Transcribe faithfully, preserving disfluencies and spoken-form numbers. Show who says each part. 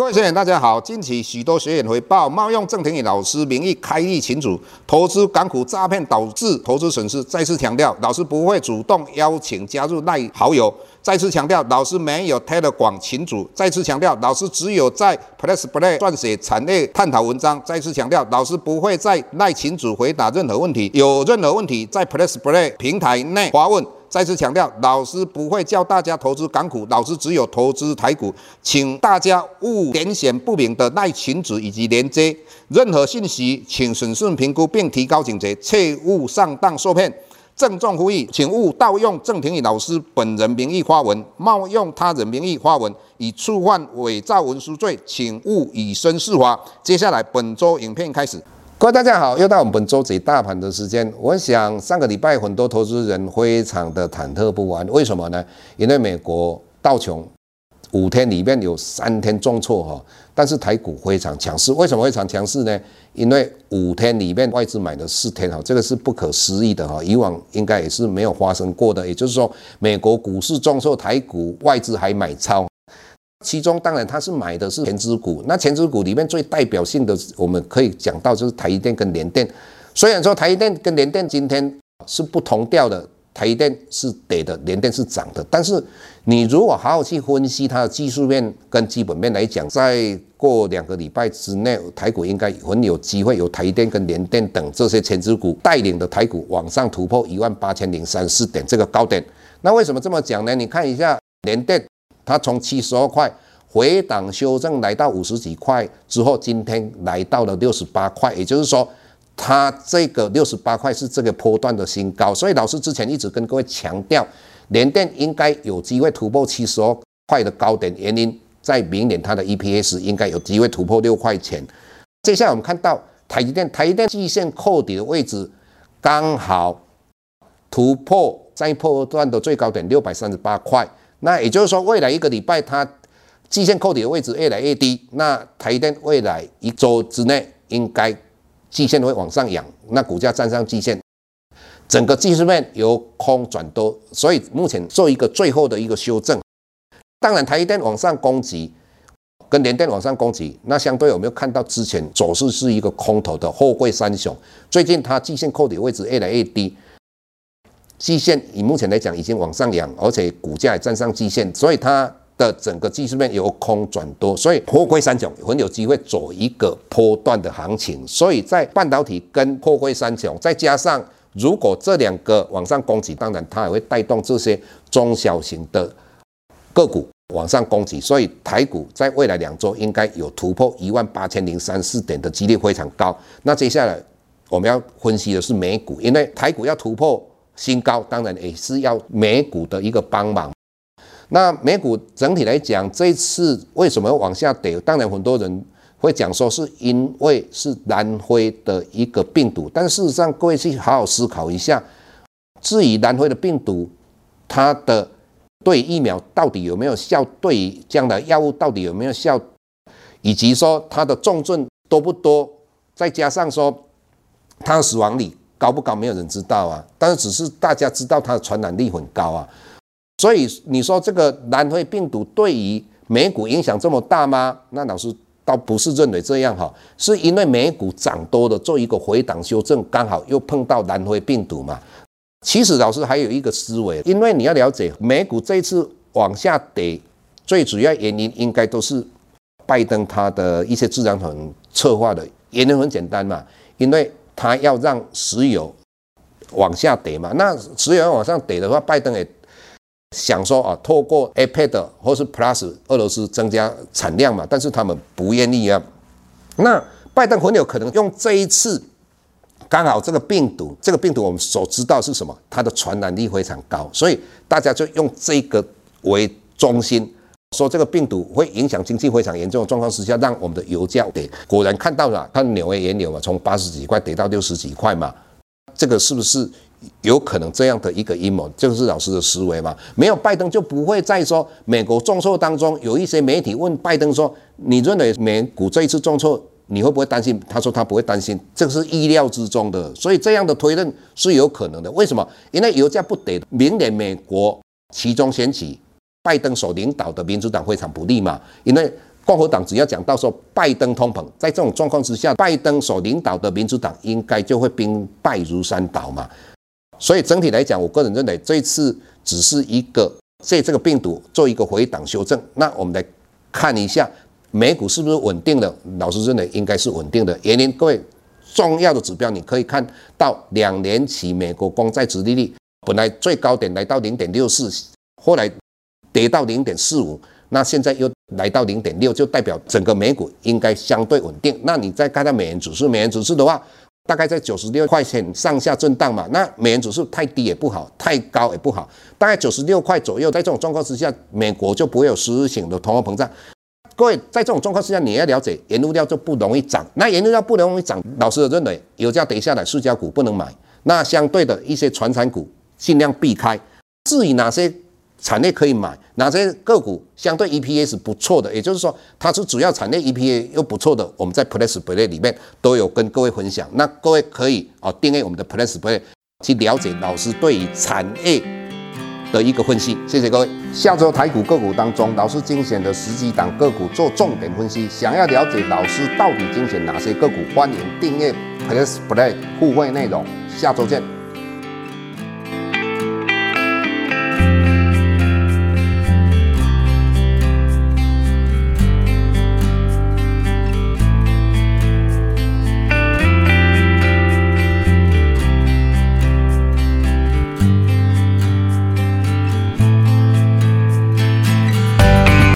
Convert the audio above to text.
Speaker 1: 各位学员，大家好。近期许多学员回报，冒用郑庭宇老师名义开立群组，投资港股诈骗导致投资损失。再次强调，老师不会主动邀请加入赖好友。再次强调，老师没有 Telegram 群组。再次强调，老师只有在 Plus Play 撰写产业探讨文章。再次强调，老师不会在赖群组回答任何问题，有任何问题在 Plus Play 平台内发问。再次强调，老师不会教大家投资港股，老师只有投资台股，请大家勿点选不明的赖群组以及连接，任何信息请审慎评估并提高警觉，切勿上当受骗。郑重呼吁，请勿盗用郑庭宇老师本人名义发文，冒用他人名义发文，以触犯伪造文书罪，请勿以身试法。接下来本周影片开始。各位大家好，又到我们本周解大盘的时间。我想上个礼拜很多投资人非常的忐忑不安，为什么呢？因为美国道琼五天里面有三天重挫哈，但是台股非常强势。为什么非常强势呢？因为五天里面外资买了四天哈，这个是不可思议的哈，以往应该也是没有发生过的。也就是说，美国股市重挫，台股外资还买超。其中当然它是买的是全指股，那全指股里面最代表性的，我们可以讲到就是台积电跟联电。虽然说台积电跟联电今天是不同调的，台积电是跌的，联电是涨的，但是你如果好好去分析它的技术面跟基本面来讲，再过两个礼拜之内，台股应该很有机会有台积电跟联电等这些全指股带领的台股往上突破一万八千零三十四点这个高点。那为什么这么讲呢？你看一下联电。它从七十二块回档修正来到五十几块之后，今天来到了六十八块，也就是说，它这个六十八块是这个波段的新高。所以老师之前一直跟各位强调，联电应该有机会突破七十二块的高点，原因在明年它的 E P S 应该有机会突破六块钱。接下来我们看到台积电，台积电季线扣底的位置刚好突破在波段的最高点六百三十八块。那也就是说，未来一个礼拜它季线扣底的位置越来越低，那台积电未来一周之内应该季线会往上扬，那股价站上季线，整个技术面由空转多，所以目前做一个最后的一个修正。当然，台积电往上攻击，跟联电往上攻击，那相对有没有看到之前走势是一个空头的货柜三雄？最近它季线扣底的位置越来越低。季线以目前来讲已经往上扬，而且股价也站上季线，所以它的整个技术面由空转多，所以货柜三雄很有机会走一个波段的行情。所以在半导体跟货柜三雄，再加上如果这两个往上攻击，当然它也会带动这些中小型的个股往上攻击，所以台股在未来两周应该有突破一万八千零三十四点的几率非常高。那接下来我们要分析的是美股，因为台股要突破新高，当然也是要美股的一个帮忙。那美股整体来讲，这一次为什么会往下跌？当然很多人会讲说是因为是南非的一个病毒，但事实上各位去好好思考一下，至于南非的病毒，它的对疫苗到底有没有效，对于这样的药物到底有没有效，以及说它的重症多不多，再加上说它的死亡率高不高，没有人知道啊，但是只是大家知道它的传染力很高啊，所以你说这个南非病毒对于美股影响这么大吗？那老师倒不是认为这样哈，是因为美股涨多了做一个回档修正，刚好又碰到南非病毒嘛。其实老师还有一个思维，因为你要了解美股这一次往下跌，最主要原因应该都是拜登他的一些智囊团策划的，原因很简单嘛，因为他要让石油往下跌嘛，那石油要往上跌的话，拜登也想说啊，透过 A P E C 或是 Plus 俄罗斯增加产量嘛，但是他们不愿意啊。那拜登很有可能用这一次，刚好这个病毒，这个病毒我们所知道是什么？它的传染力非常高，所以大家就用这个为中心，说这个病毒会影响经济非常严重的状况之下，让我们的油价跌。果然看到了，它纽约原油嘛，从八十几块跌到六十几块嘛，这个是不是有可能这样的一个阴谋？这个是老师的思维嘛？没有拜登就不会再说美国重挫当中，有一些媒体问拜登说：“你认为美股这一次重挫，你会不会担心？”他说他不会担心，这个是意料之中的。所以这样的推论是有可能的。为什么？因为油价不跌，明年美国期中选举，拜登所领导的民主党非常不利嘛，因为共和党只要讲到说拜登通膨，在这种状况之下，拜登所领导的民主党应该就会兵败如山倒嘛。所以整体来讲，我个人认为这一次只是一个借这个病毒做一个回档修正。那我们来看一下美股是不是稳定了？老实认为应该是稳定的。原因，各位重要的指标你可以看到两年期美国公债殖利率本来最高点来到 零点六四， 后来跌到 零点四五， 那现在又来到 零点六， 就代表整个美股应该相对稳定。那你再看看美元指数，美元指数的话，大概在九十六块钱上下震荡嘛。那美元指数太低也不好，太高也不好，大概九十六块左右。在这种状况之下，美国就不会有实质性的通货膨胀。各位，在这种状况之下，你要了解原物料就不容易涨。那原物料不容易涨，老实认为油价跌下来，塑胶股不能买。那相对的一些传产股尽量避开。至于哪些产业可以买，哪些个股相对 E P S 不错的，也就是说它是主要产业 E P S 又不错的，我们在 Plus Play 里面都有跟各位分享。那各位可以啊订阅我们的 Plus Play 去了解老师对于产业的一个分析。谢谢各位。下周台股个股当中，老师精选的十几档个股做重点分析。想要了解老师到底精选哪些个股，欢迎订阅 Plus Play 互惠内容。下周见。